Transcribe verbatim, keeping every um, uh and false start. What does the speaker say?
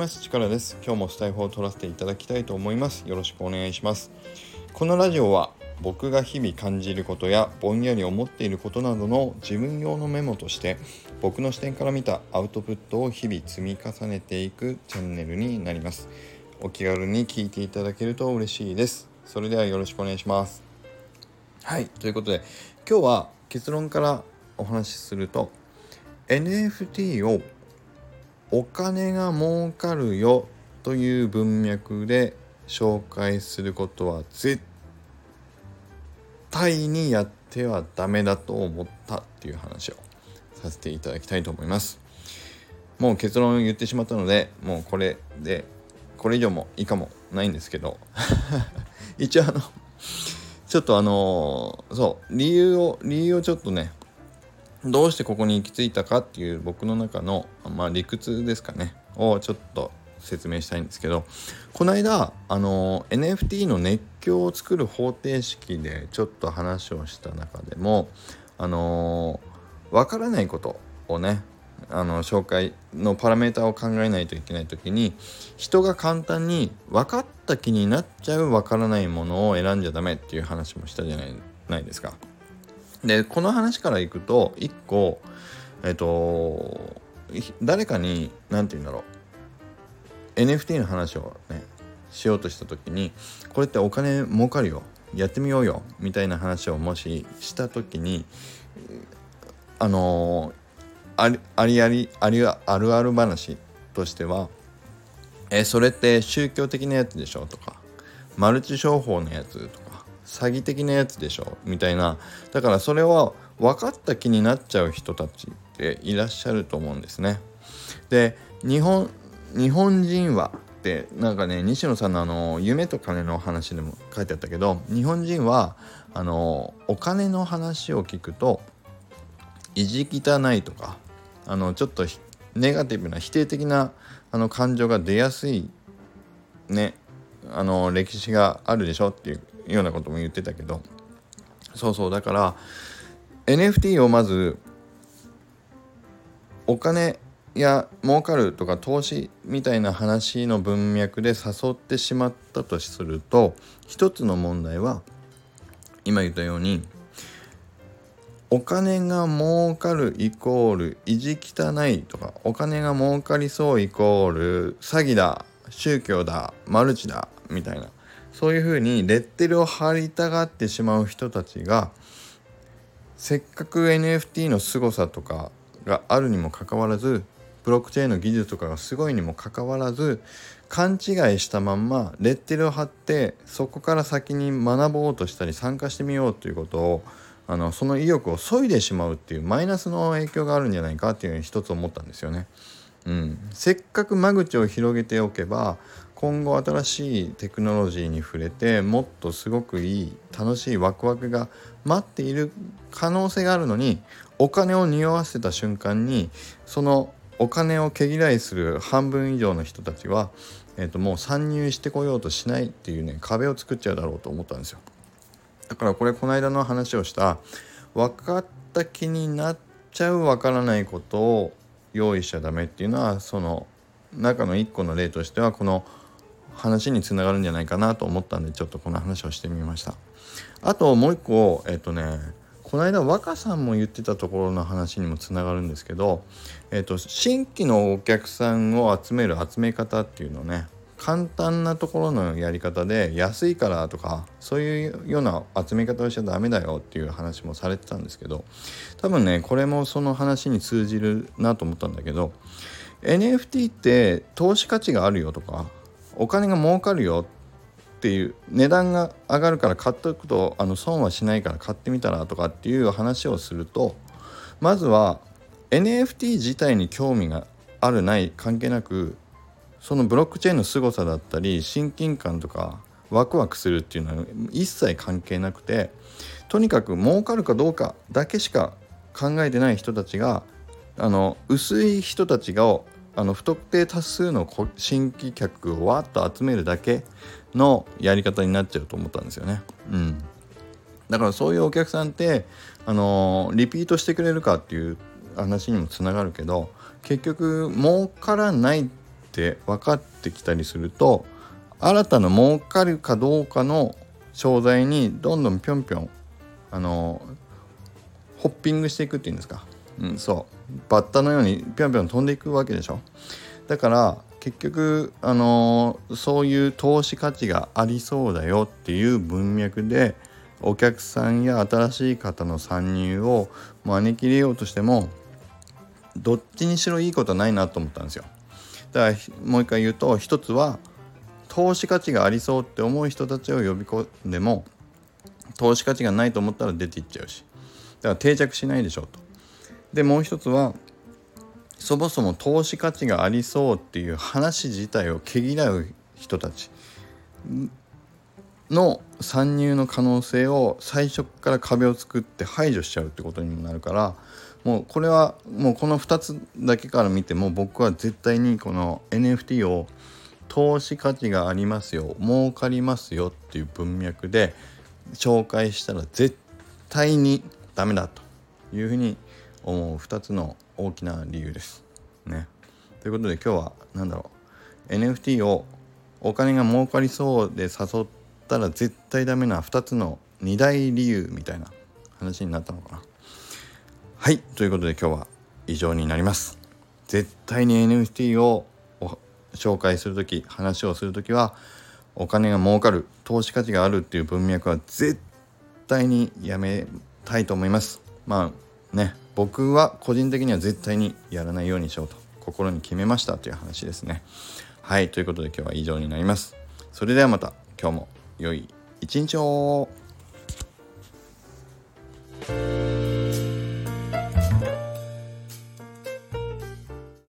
ます力です。今日もスタイフを取らせていただきたいと思います。よろしくお願いします。このラジオは僕が日々感じることやぼんやり思っていることなどの自分用のメモとして僕の視点から見たアウトプットを日々積み重ねていくチャンネルになります。お気軽に聞いていただけると嬉しいです。それではよろしくお願いします。はい、ということで今日は結論からお話しすると エヌエフティー をお金が儲かるよという文脈で紹介することは絶対にやってはダメだと思ったっていう話をさせていただきたいと思います。もう結論を言ってしまったのでもうこれでこれ以上も以下もないんですけど一応あのちょっとあのそう理由を理由をちょっとねどうしてここに行き着いたかっていう僕の中の、まあ、理屈ですかねをちょっと説明したいんですけど、この間あの エヌエフティー の熱狂を作る方程式でちょっと話をした中でもあの分からないことをねあの紹介のパラメータを考えないといけないときに人が簡単に分かった気になっちゃう分からないものを選んじゃダメっていう話もしたじゃない、ないですか。でこの話からいくと一個えっと誰かに何て言うんだろう エヌエフティー の話をねしようとした時にこれってお金儲かるよやってみようよみたいな話をもしした時にあのありありありありあるある話としてはえそれって宗教的なやつでしょとかマルチ商法のやつとか詐欺的なやつでしょみたいな、だからそれは分かった気になっちゃう人たちっていらっしゃると思うんですね。で日本日本人はってなんかね西野さんのあの夢と金の話でも書いてあったけど、日本人はあのお金の話を聞くと意地汚いとかあのちょっとネガティブな否定的なあの感情が出やすいねあの歴史があるでしょっていうようなことも言ってたけど、そうそうだから エヌエフティー をまずお金や儲かるとか投資みたいな話の文脈で誘ってしまったとすると、一つの問題は今言ったようにお金が儲かるイコール意地汚いとかお金が儲かりそうイコール詐欺だ宗教だマルチだみたいな、そういうふうにレッテルを貼りたがってしまう人たちがせっかく エヌエフティー の凄さとかがあるにもかかわらずブロックチェーンの技術とかがすごいにもかかわらず勘違いしたまんまレッテルを貼ってそこから先に学ぼうとしたり参加してみようということをあのその意欲を削いでしまうっていうマイナスの影響があるんじゃないかっていうのを一つ思ったんですよね。うん、せっかく間口を広げておけば今後新しいテクノロジーに触れてもっとすごくいい楽しいワクワクが待っている可能性があるのに、お金を匂わせた瞬間にそのお金を毛嫌いする半分以上の人たちは、えーと、もう参入してこようとしないっていうね壁を作っちゃうだろうと思ったんですよ。だからこれこの間の話をした分かった気になっちゃう分からないことを用意しちゃダメっていうのはその中の一個の例としてはこの話につながるんじゃないかなと思ったんでちょっとこの話をしてみました。あともう一個えっとねこの間若さんも言ってたところの話にもつながるんですけど、えっと新規のお客さんを集める集め方っていうのをね簡単なところのやり方で安いからとかそういうような集め方をしちゃダメだよっていう話もされてたんですけど、多分ねこれもその話に通じるなと思ったんだけど エヌエフティー って投資価値があるよとかお金が儲かるよっていう値段が上がるから買っておくとあの損はしないから買ってみたらとかっていう話をすると、まずは エヌエフティー 自体に興味があるない関係なくそのブロックチェーンの凄さだったり親近感とかワクワクするっていうのは一切関係なくて、とにかく儲かるかどうかだけしか考えてない人たちがあの薄い人たちがあの不特定多数の新規客をわっと集めるだけのやり方になっちゃうと思ったんですよね。うん、だからそういうお客さんってあのリピートしてくれるかっていう話にもつながるけど結局儲からないって分かってきたりすると、新たな儲かるかどうかの商材にどんどんぴょんぴょんあのホッピングしていくっていうんですか、うん、そうバッタのようにぴょんぴょん飛んでいくわけでしょ。だから結局あのそういう投資価値がありそうだよっていう文脈でお客さんや新しい方の参入を招き入れようとしても、どっちにしろいいことはないなと思ったんですよ。だからもう一回言うと、一つは投資価値がありそうって思う人たちを呼び込んでも、投資価値がないと思ったら出ていっちゃうし、だから定着しないでしょうと。でもう一つは、そもそも投資価値がありそうっていう話自体を毛嫌う人たちの参入の可能性を最初から壁を作って排除しちゃうってことにもなるから、もうこれはもうこのふたつだけから見ても、僕は絶対にこの エヌエフティー を投資価値がありますよ、儲かりますよっていう文脈で紹介したら絶対にダメだというふうに思うふたつの大きな理由ですね。ということで今日は何だろう エヌエフティー をお金が儲かりそうで誘ったら絶対ダメなふたつのに大理由みたいな話になったのかな。はい、ということで今日は以上になります。絶対に エヌエフティー を紹介するとき、話をするときは、お金が儲かる、投資価値があるっていう文脈は絶対にやめたいと思います。まあね、僕は個人的には絶対にやらないようにしようと心に決めましたという話ですね。はい、ということで今日は以上になります。それではまた今日も良い一日を。